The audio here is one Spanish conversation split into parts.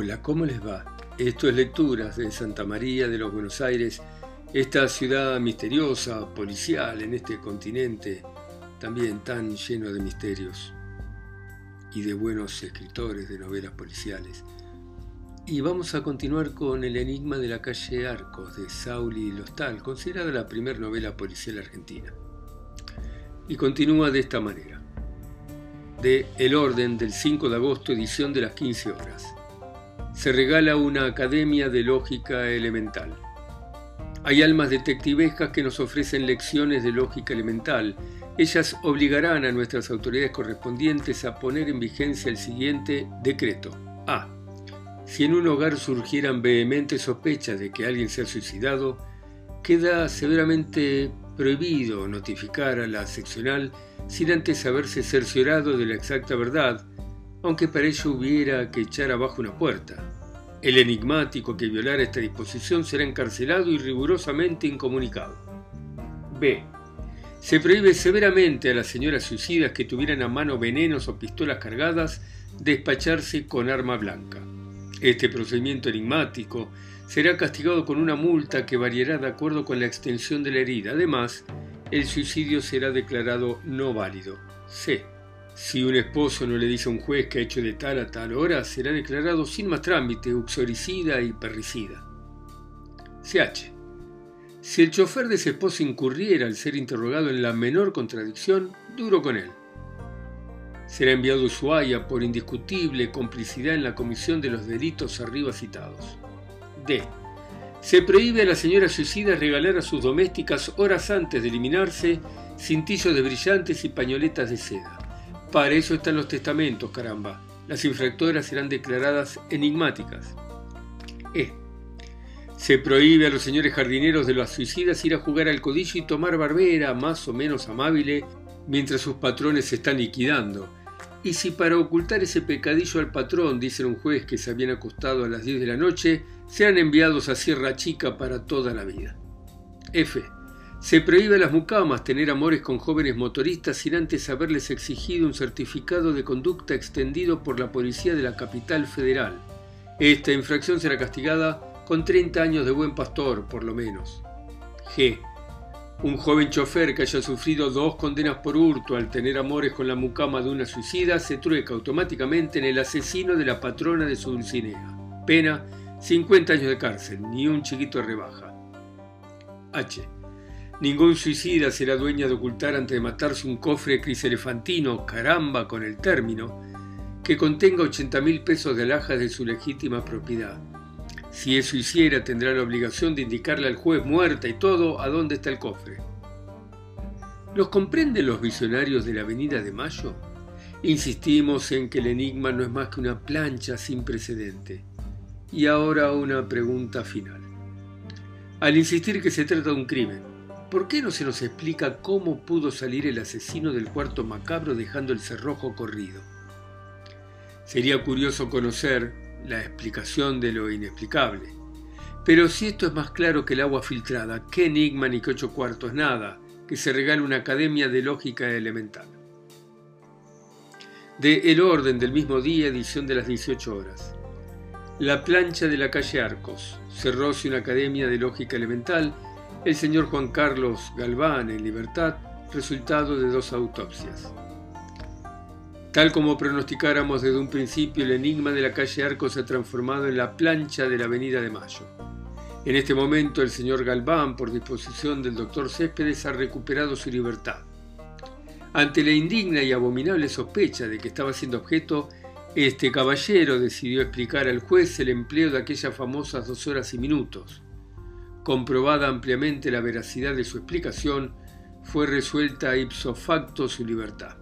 Hola, ¿cómo les va? Esto es Lecturas de Santa María de los Buenos Aires, esta ciudad misteriosa, policial en este continente, también tan lleno de misterios y de buenos escritores de novelas policiales. Y vamos a continuar con El enigma de la calle Arcos, de Sauli Lostal, considerada la primera novela policial argentina. Y continúa de esta manera. De El Orden, del 5 de agosto, edición de las 15 horas. Se regala una academia de lógica elemental. Hay almas detectivescas que nos ofrecen lecciones de lógica elemental. Ellas obligarán a nuestras autoridades correspondientes a poner en vigencia el siguiente decreto. A. Si en un hogar surgieran vehementes sospechas de que alguien se ha suicidado, queda severamente prohibido notificar a la seccional sin antes haberse cerciorado de la exacta verdad, aunque para ello hubiera que echar abajo una puerta. El enigmático que violara esta disposición será encarcelado y rigurosamente incomunicado. B. Se prohíbe severamente a las señoras suicidas que tuvieran a mano venenos o pistolas cargadas despacharse con arma blanca. Este procedimiento enigmático será castigado con una multa que variará de acuerdo con la extensión de la herida. Además, el suicidio será declarado no válido. C. Si un esposo no le dice a un juez que ha hecho de tal a tal hora, será declarado sin más trámite uxoricida y parricida. CH. Si el chofer de ese esposo incurriera al ser interrogado en la menor contradicción, duro con él. Será enviado a Ushuaia por indiscutible complicidad en la comisión de los delitos arriba citados. D. Se prohíbe a las señoras suicidas regalar a sus domésticas horas antes de eliminarse cintillos de brillantes y pañoletas de seda. Para eso están los testamentos, caramba. Las infractoras serán declaradas enigmáticas. E. Se prohíbe a los señores jardineros de los suicidas ir a jugar al codillo y tomar barbera más o menos amable mientras sus patrones se están liquidando. Y si para ocultar ese pecadillo al patrón dicen un juez que se habían acostado a las 10 de la noche, sean enviados a Sierra Chica para toda la vida. F. Se prohíbe a las mucamas tener amores con jóvenes motoristas sin antes haberles exigido un certificado de conducta extendido por la policía de la capital federal. Esta infracción será castigada con 30 años de buen pastor, por lo menos. G. Un joven chofer que haya sufrido 2 condenas por hurto al tener amores con la mucama de una suicida se trueca automáticamente en el asesino de la patrona de su Dulcinea. Pena, 50 años de cárcel, ni un chiquito de rebaja. H. Ningún suicida será dueña de ocultar antes de matarse un cofre criselefantino, caramba con el término, que contenga 80.000 pesos de alhajas de su legítima propiedad. Si eso hiciera, tendrá la obligación de indicarle al juez muerta y todo a dónde está el cofre. ¿Los comprenden los visionarios de la Avenida de Mayo? Insistimos en que el enigma no es más que una plancha sin precedente. Y ahora una pregunta final. Al insistir que se trata de un crimen, ¿por qué no se nos explica cómo pudo salir el asesino del cuarto macabro dejando el cerrojo corrido? Sería curioso conocer la explicación de lo inexplicable. Pero si esto es más claro que el agua filtrada, ¿qué enigma ni qué 8 cuartos? Nada, que se regale una academia de lógica elemental. De El Orden, del mismo día, edición de las 18 horas. La plancha de la calle Arcos. Cerróse una academia de lógica elemental. El señor Juan Carlos Galván en libertad, resultado de 2 autopsias. Tal como pronosticáramos desde un principio, el enigma de la calle Arcos se ha transformado en la plancha de la Avenida de Mayo. En este momento, el señor Galván, por disposición del doctor Céspedes, ha recuperado su libertad. Ante la indigna y abominable sospecha de que estaba siendo objeto, este caballero decidió explicar al juez el empleo de aquellas famosas 2 horas y minutos. Comprobada ampliamente la veracidad de su explicación, fue resuelta ipso facto su libertad.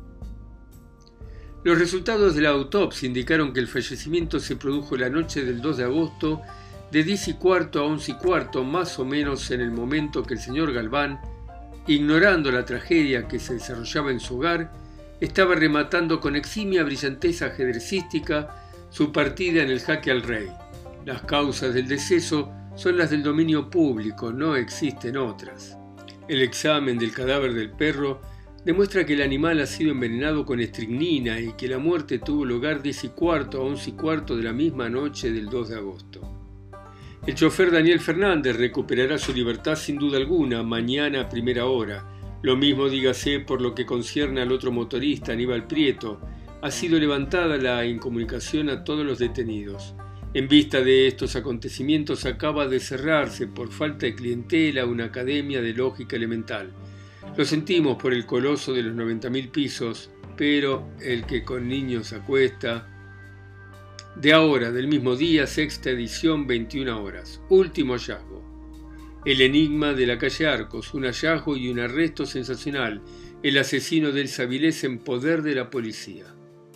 Los resultados de la autopsia indicaron que el fallecimiento se produjo la noche del 2 de agosto de 10:15 a 11:15, más o menos en el momento que el señor Galván, ignorando la tragedia que se desarrollaba en su hogar, estaba rematando con eximia brillanteza ajedrecística su partida en el jaque al rey. Las causas del deceso son las del dominio público, no existen otras. El examen del cadáver del perro demuestra que el animal ha sido envenenado con estricnina y que la muerte tuvo lugar 10:15 a 11:15 de la misma noche del 2 de agosto. El chofer Daniel Fernández recuperará su libertad sin duda alguna mañana a primera hora. Lo mismo dígase por lo que concierne al otro motorista, Aníbal Prieto. Ha sido levantada la incomunicación a todos los detenidos. En vista de estos acontecimientos acaba de cerrarse por falta de clientela una academia de lógica elemental. Lo sentimos por el coloso de los 90.000 pisos, pero el que con niños acuesta. De ahora, del mismo día, sexta edición, 21 horas. Último hallazgo. El enigma de la calle Arcos, un hallazgo y un arresto sensacional. El asesino de Elsa Vilés en poder de la policía.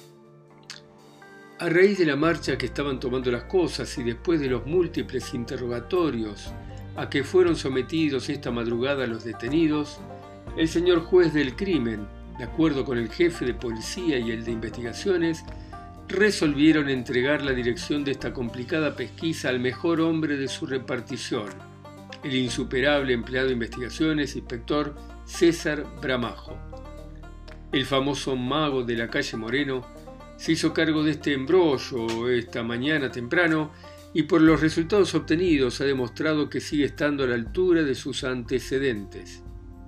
A raíz de la marcha que estaban tomando las cosas y después de los múltiples interrogatorios a que fueron sometidos esta madrugada los detenidos, el señor juez del crimen, de acuerdo con el jefe de policía y el de investigaciones, resolvieron entregar la dirección de esta complicada pesquisa al mejor hombre de su repartición, el insuperable empleado de investigaciones, inspector César Bramajo. El famoso mago de la calle Moreno se hizo cargo de este embrollo esta mañana temprano y por los resultados obtenidos ha demostrado que sigue estando a la altura de sus antecedentes.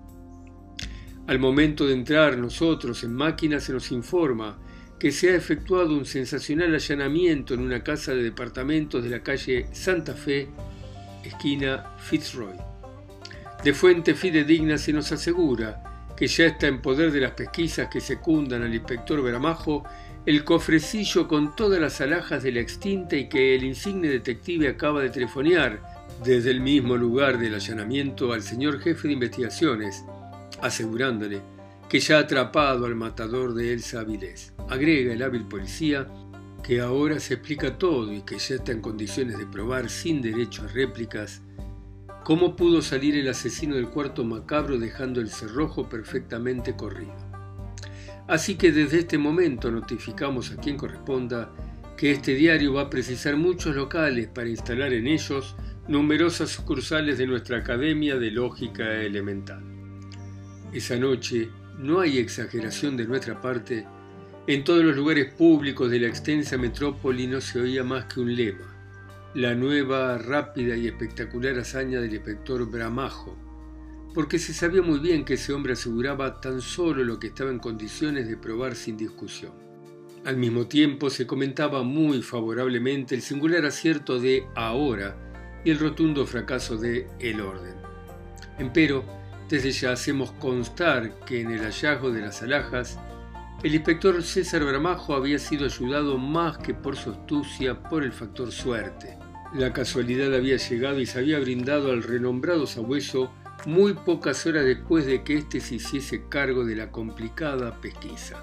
Al momento de entrar nosotros en máquina se nos informa que se ha efectuado un sensacional allanamiento en una casa de departamentos de la calle Santa Fe, esquina Fitzroy. De fuente fidedigna se nos asegura que ya está en poder de las pesquisas que secundan al inspector Bramajo el cofrecillo con todas las alhajas de la extinta y que el insigne detective acaba de telefonear desde el mismo lugar del allanamiento al señor jefe de investigaciones, asegurándole que ya ha atrapado al matador de Elsa Vilés. Agrega el hábil policía que ahora se explica todo y que ya está en condiciones de probar sin derecho a réplicas cómo pudo salir el asesino del cuarto macabro dejando el cerrojo perfectamente corrido. Así que desde este momento notificamos a quien corresponda que este diario va a precisar muchos locales para instalar en ellos numerosas sucursales de nuestra Academia de Lógica Elemental. Esa noche, no hay exageración de nuestra parte, en todos los lugares públicos de la extensa metrópoli no se oía más que un lema: la nueva, rápida y espectacular hazaña del inspector Bramajo, porque se sabía muy bien que ese hombre aseguraba tan solo lo que estaba en condiciones de probar sin discusión. Al mismo tiempo se comentaba muy favorablemente el singular acierto de Ahora y el rotundo fracaso de El Orden. Empero, desde ya hacemos constar que en el hallazgo de las alhajas, el inspector César Bramajo había sido ayudado más que por su astucia por el factor suerte. La casualidad había llegado y se había brindado al renombrado sabueso muy pocas horas después de que éste se hiciese cargo de la complicada pesquisa.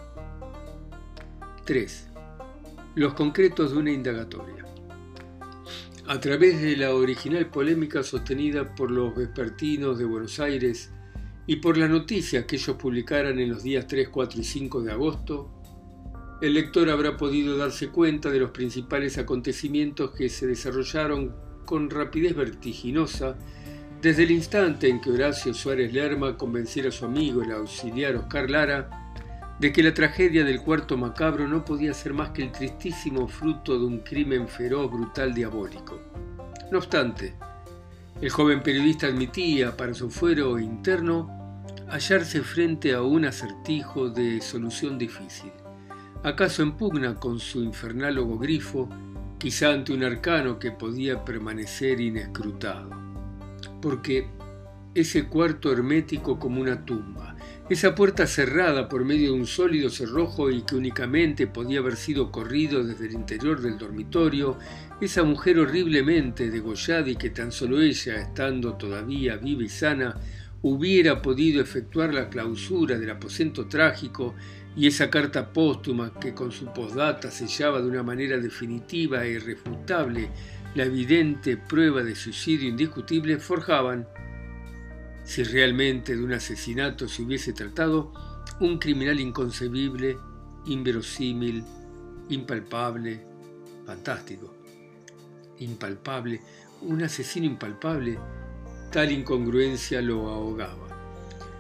3. Los concretos de una indagatoria. A través de la original polémica sostenida por los vespertinos de Buenos Aires y por las noticias que ellos publicaran en los días 3, 4 y 5 de agosto, el lector habrá podido darse cuenta de los principales acontecimientos que se desarrollaron con rapidez vertiginosa desde el instante en que Horacio Suárez Lerma convenciera a su amigo, el auxiliar Oscar Lara, de que la tragedia del cuarto macabro no podía ser más que el tristísimo fruto de un crimen feroz, brutal, diabólico. No obstante, el joven periodista admitía, para su fuero interno, hallarse frente a un acertijo de solución difícil. ¿Acaso en pugna con su infernal logogrifo, quizá ante un arcano que podía permanecer inescrutado? Porque ese cuarto hermético como una tumba, esa puerta cerrada por medio de un sólido cerrojo y que únicamente podía haber sido corrido desde el interior del dormitorio, esa mujer horriblemente degollada y que tan solo ella, estando todavía viva y sana, hubiera podido efectuar la clausura del aposento trágico, y esa carta póstuma que con su postdata sellaba de una manera definitiva e irrefutable la evidente prueba de suicidio indiscutible, forjaban, si realmente de un asesinato se hubiese tratado, un criminal inconcebible, inverosímil, impalpable, fantástico. Impalpable, un asesino impalpable, tal incongruencia lo ahogaba.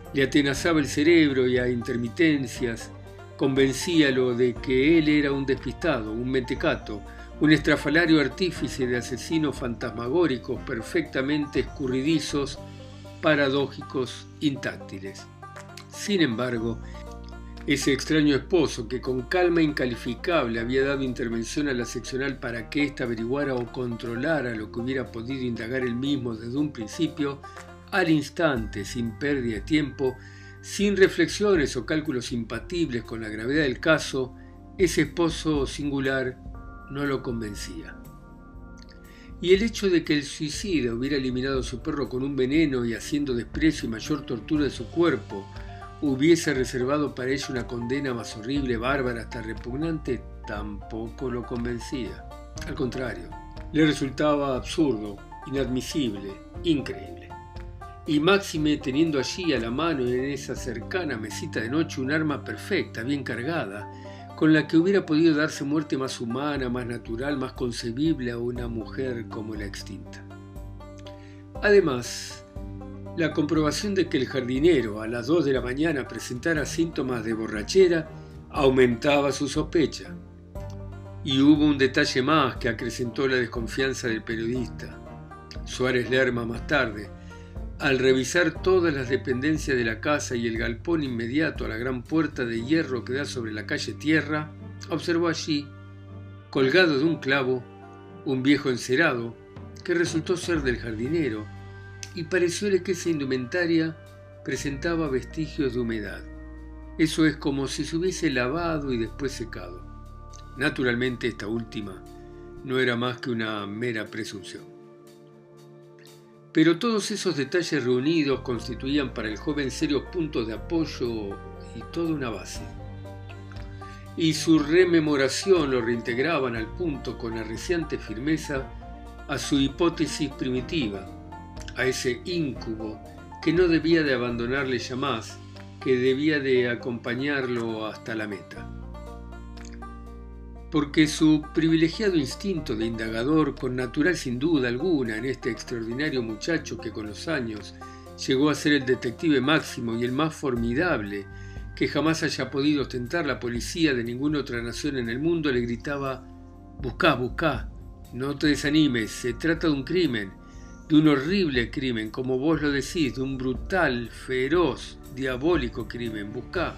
Le atenazaba el cerebro y a intermitencias convencíalo de que él era un despistado, un mentecato, un estrafalario artífice de asesinos fantasmagóricos perfectamente escurridizos, paradójicos, intáctiles. Sin embargo, ese extraño esposo que con calma incalificable había dado intervención a la seccional para que ésta averiguara o controlara lo que hubiera podido indagar él mismo desde un principio, al instante, sin pérdida de tiempo, sin reflexiones o cálculos impatibles con la gravedad del caso, ese esposo singular no lo convencía. Y el hecho de que el suicida hubiera eliminado a su perro con un veneno y haciendo desprecio y mayor tortura de su cuerpo, hubiese reservado para ella una condena más horrible, bárbara, hasta repugnante, tampoco lo convencía. Al contrario, le resultaba absurdo, inadmisible, increíble. Y máxime teniendo allí a la mano en esa cercana mesita de noche un arma perfecta, bien cargada, con la que hubiera podido darse muerte más humana, más natural, más concebible a una mujer como la extinta. Además, la comprobación de que el jardinero a las 2 de la mañana presentara síntomas de borrachera aumentaba su sospecha. Y hubo un detalle más que acrecentó la desconfianza del periodista. Suárez Lerma más tarde, al revisar todas las dependencias de la casa y el galpón inmediato a la gran puerta de hierro que da sobre la calle Tierra, observó allí, colgado de un clavo, un viejo encerado que resultó ser del jardinero, y parecióle que esa indumentaria presentaba vestigios de humedad. Eso es como si se hubiese lavado y después secado. Naturalmente esta última no era más que una mera presunción. Pero todos esos detalles reunidos constituían para el joven serios puntos de apoyo y toda una base. Y su rememoración lo reintegraban al punto con arreciante firmeza a su hipótesis primitiva, a ese íncubo que no debía de abandonarle ya más, que debía de acompañarlo hasta la meta. Porque su privilegiado instinto de indagador, con natural sin duda alguna en este extraordinario muchacho que con los años llegó a ser el detective máximo y el más formidable que jamás haya podido ostentar la policía de ninguna otra nación en el mundo, le gritaba: «Buscá, buscá, no te desanimes, se trata de un crimen, de un horrible crimen, como vos lo decís, de un brutal, feroz, diabólico crimen, buscá».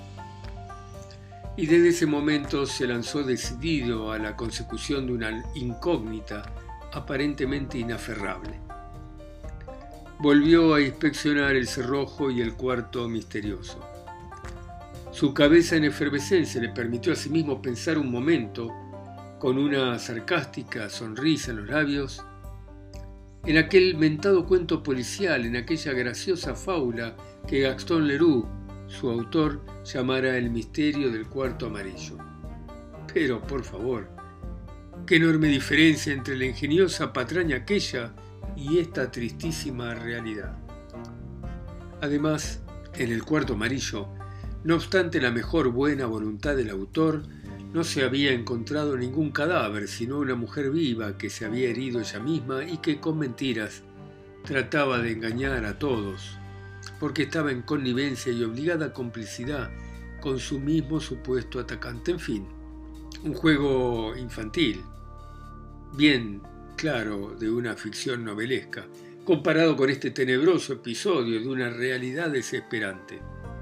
Y desde ese momento se lanzó decidido a la consecución de una incógnita aparentemente inaferrable. Volvió a inspeccionar el cerrojo y el cuarto misterioso. Su cabeza en efervescencia le permitió a sí mismo pensar un momento, con una sarcástica sonrisa en los labios, en aquel mentado cuento policial, en aquella graciosa fábula que Gaston Leroux, su autor, llamara El misterio del cuarto amarillo. Pero, por favor, qué enorme diferencia entre la ingeniosa patraña aquella y esta tristísima realidad. Además, en el cuarto amarillo, no obstante la mejor buena voluntad del autor, no se había encontrado ningún cadáver, sino una mujer viva que se había herido ella misma y que, con mentiras, trataba de engañar a todos, porque estaba en connivencia y obligada complicidad con su mismo supuesto atacante. En fin, un juego infantil, bien claro, de una ficción novelesca, comparado con este tenebroso episodio de una realidad desesperante.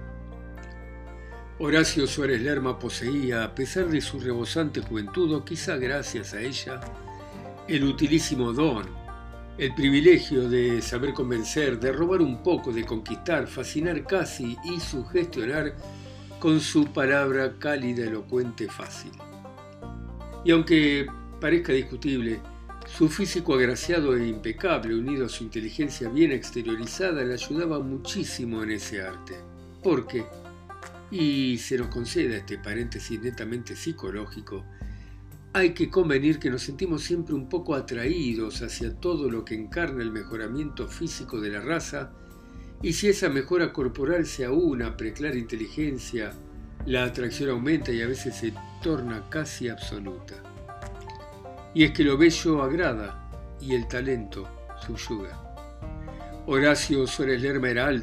Horacio Suárez Lerma poseía, a pesar de su rebosante juventud, o quizá gracias a ella, el utilísimo don, el privilegio de saber convencer, de robar un poco, de conquistar, fascinar casi y sugestionar con su palabra cálida, elocuente, fácil. Y aunque parezca discutible, su físico agraciado e impecable, unido a su inteligencia bien exteriorizada, le ayudaba muchísimo en ese arte. Porque, y se nos conceda este paréntesis netamente psicológico, hay que convenir que nos sentimos siempre un poco atraídos hacia todo lo que encarna el mejoramiento físico de la raza, y si esa mejora corporal se aúna a preclara inteligencia, la atracción aumenta y a veces se torna casi absoluta. Y es que lo bello agrada y el talento subyuga. Horacio Suárez Lerma era alto,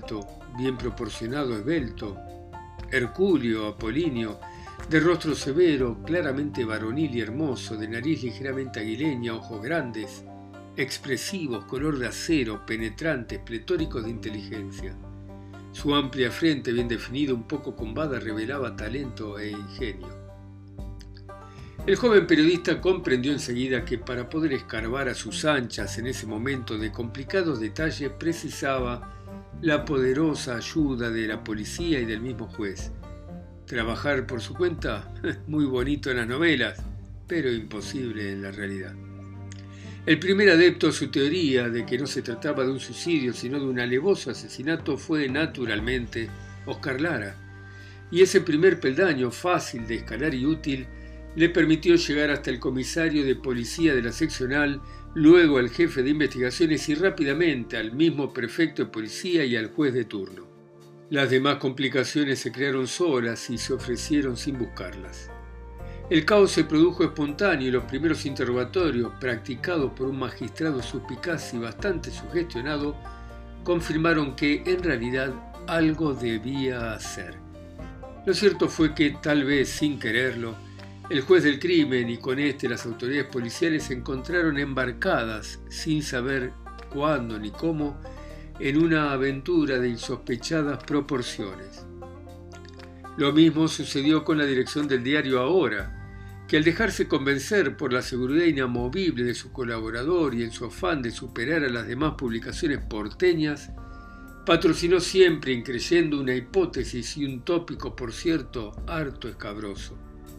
bien proporcionado, esbelto, hercúleo, apolíneo, de rostro severo, claramente varonil y hermoso, de nariz ligeramente aguileña, ojos grandes, expresivos, color de acero, penetrantes, pletóricos de inteligencia. Su amplia frente, bien definida, un poco combada, revelaba talento e ingenio. El joven periodista comprendió enseguida que para poder escarbar a sus anchas en ese momento de complicados detalles precisaba la poderosa ayuda de la policía y del mismo juez. Trabajar por su cuenta, muy bonito en las novelas, pero imposible en la realidad. El primer adepto a su teoría de que no se trataba de un suicidio, sino de un alevoso asesinato fue, naturalmente, Oscar Lara, y ese primer peldaño, fácil de escalar y útil, le permitió llegar hasta el comisario de policía de la seccional, luego al jefe de investigaciones y rápidamente al mismo prefecto de policía y al juez de turno. Las demás complicaciones se crearon solas y se ofrecieron sin buscarlas. El caos se produjo espontáneo y los primeros interrogatorios, practicados por un magistrado suspicaz y bastante sugestionado, confirmaron que, en realidad, algo debía hacer. Lo cierto fue que, tal vez sin quererlo, el juez del crimen y con este las autoridades policiales se encontraron embarcadas, sin saber cuándo ni cómo, en una aventura de insospechadas proporciones. Lo mismo sucedió con la dirección del diario Ahora, que al dejarse convencer por la seguridad inamovible de su colaborador y en su afán de superar a las demás publicaciones porteñas, patrocinó siempre increyendo una hipótesis y un tópico, por cierto, harto escabroso.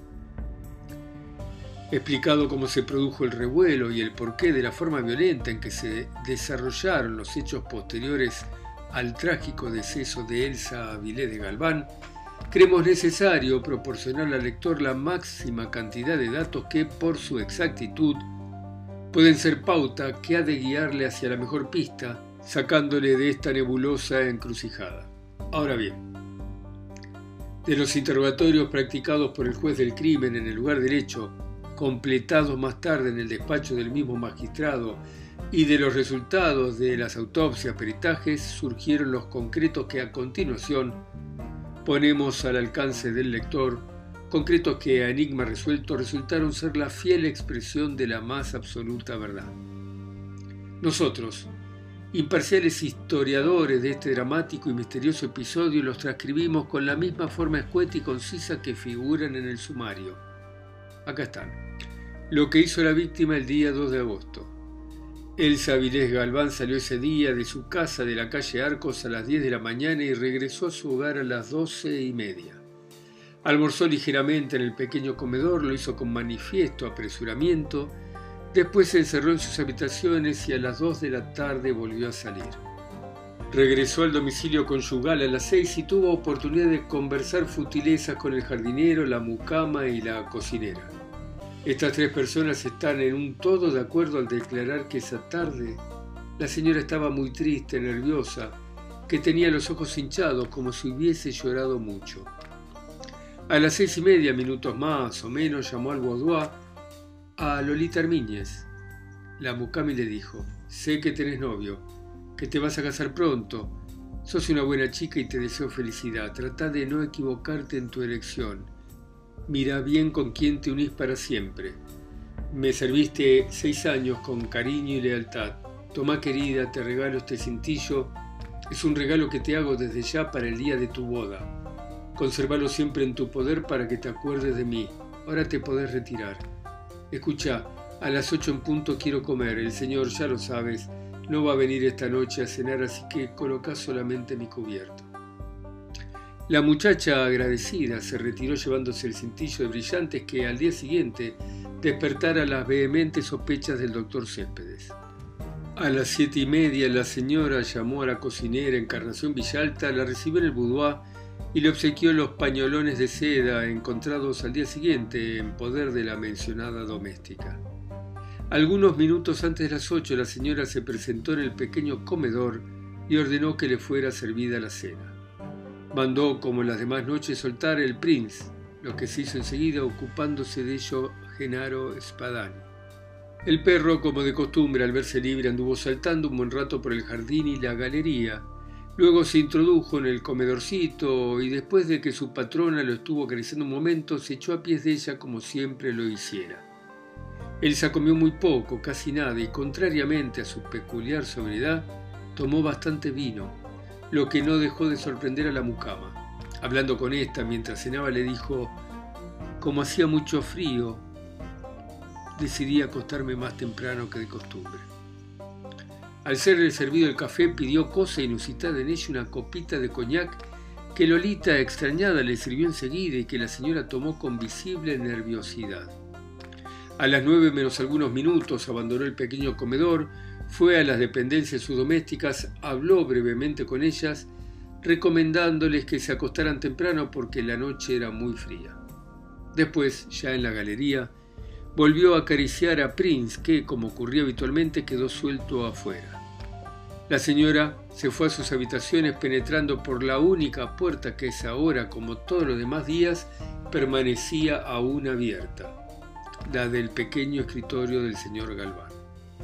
Explicado cómo se produjo el revuelo y el porqué de la forma violenta en que se desarrollaron los hechos posteriores al trágico deceso de Elsa Avilés de Galván, creemos necesario proporcionar al lector la máxima cantidad de datos que, por su exactitud, pueden ser pauta que ha de guiarle hacia la mejor pista, sacándole de esta nebulosa encrucijada. Ahora bien, de los interrogatorios practicados por el juez del crimen en el lugar del hecho, completados más tarde en el despacho del mismo magistrado, y de los resultados de las autopsias, peritajes, surgieron los concretos que a continuación ponemos al alcance del lector, concretos que a enigma resuelto resultaron ser la fiel expresión de la más absoluta verdad. Nosotros, imparciales historiadores de este dramático y misterioso episodio, los transcribimos con la misma forma escueta y concisa que figuran en el sumario. Acá están. Lo que hizo la víctima el día 2 de agosto. Elsa Avilés Galván salió ese día de su casa de la calle Arcos a las 10 de la mañana y regresó a su hogar a las 12:30. Almorzó ligeramente en el pequeño comedor, lo hizo con manifiesto apresuramiento, después se encerró en sus habitaciones y a las 2 de la tarde volvió a salir. Regresó al domicilio conyugal a las 6 y tuvo oportunidad de conversar futilezas con el jardinero, la mucama y la cocinera. Estas tres personas están en un todo de acuerdo al declarar que esa tarde la señora estaba muy triste, nerviosa, que tenía los ojos hinchados como si hubiese llorado mucho. A las 6:30, minutos más o menos, llamó al boudoir a Lolita Armíñez. La mucama le dijo: «Sé que tenés novio, que te vas a casar pronto. Sos una buena chica y te deseo felicidad. Tratá de no equivocarte en tu elección. Mira bien con quién te unís para siempre. Me serviste 6 años con cariño y lealtad. Tomá, querida, te regalo este cintillo. Es un regalo que te hago desde ya para el día de tu boda. Conservalo siempre en tu poder para que te acuerdes de mí. Ahora te podés retirar. Escuchá, a las 8 en punto quiero comer. El señor, ya lo sabes, no va a venir esta noche a cenar, así que colocá solamente mi cubierto». La muchacha agradecida se retiró llevándose el cintillo de brillantes que al día siguiente despertara las vehementes sospechas del doctor Céspedes. A las 7:30 la señora llamó a la cocinera Encarnación Villalta, la recibió en el boudoir y le obsequió los pañolones de seda encontrados al día siguiente en poder de la mencionada doméstica. Algunos minutos antes de las 8 la señora se presentó en el pequeño comedor y ordenó que le fuera servida la cena. Mandó, como las demás noches, soltar el Prince, lo que se hizo enseguida ocupándose de ello Genaro Spadani. El perro, como de costumbre, al verse libre anduvo saltando un buen rato por el jardín y la galería. Luego se introdujo en el comedorcito y después de que su patrona lo estuvo acariciando un momento, se echó a pies de ella como siempre lo hiciera. Elsa comió muy poco, casi nada, y contrariamente a su peculiar sobriedad, tomó bastante vino, lo que no dejó de sorprender a la mucama. Hablando con esta mientras cenaba, le dijo: como hacía mucho frío, decidí acostarme más temprano que de costumbre. Al serle servido el café, pidió, cosa inusitada en ella, una copita de coñac que Lolita, extrañada, le sirvió enseguida y que la señora tomó con visible nerviosidad. A las 9 menos algunos minutos abandonó el pequeño comedor, fue a las dependencias subdomésticas, habló brevemente con ellas, recomendándoles que se acostaran temprano porque la noche era muy fría. Después, ya en la galería, volvió a acariciar a Prince, que, como ocurría habitualmente, quedó suelto afuera. La señora se fue a sus habitaciones penetrando por la única puerta que esa hora, como todos los demás días, permanecía aún abierta, la del pequeño escritorio del señor Galván.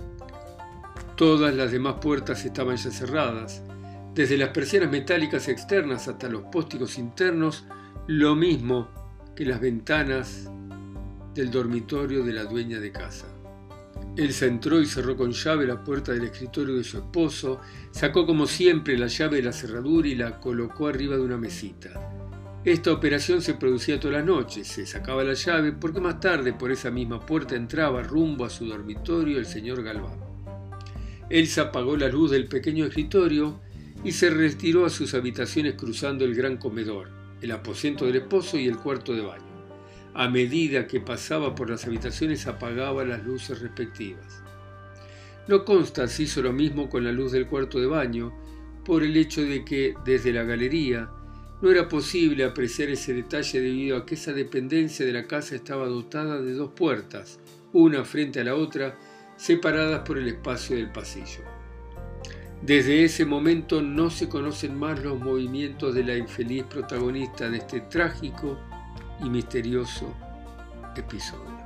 Todas las demás puertas estaban ya cerradas, desde las persianas metálicas externas hasta los póstigos internos, lo mismo que las ventanas del dormitorio de la dueña de casa. Elsa entró y cerró con llave la puerta del escritorio de su esposo, sacó como siempre la llave de la cerradura y la colocó arriba de una mesita. Esta operación se producía todas las noches, se sacaba la llave porque más tarde por esa misma puerta entraba rumbo a su dormitorio el señor Galván. Elsa apagó la luz del pequeño escritorio y se retiró a sus habitaciones cruzando el gran comedor, el aposento del esposo y el cuarto de baño. A medida que pasaba por las habitaciones apagaba las luces respectivas. No consta si hizo lo mismo con la luz del cuarto de baño, por el hecho de que, desde la galería, no era posible apreciar ese detalle debido a que esa dependencia de la casa estaba dotada de dos puertas, una frente a la otra, separadas por el espacio del pasillo. Desde ese momento no se conocen más los movimientos de la infeliz protagonista de este trágico y misterioso episodio.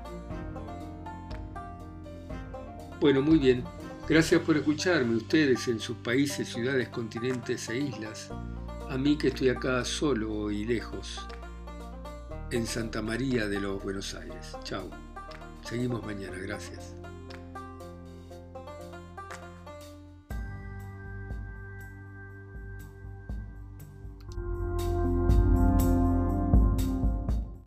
Bueno, muy bien. Gracias por escucharme, ustedes en sus países, ciudades, continentes e islas. A mí que estoy acá solo y lejos, en Santa María de los Buenos Aires. Chao. Seguimos mañana. Gracias.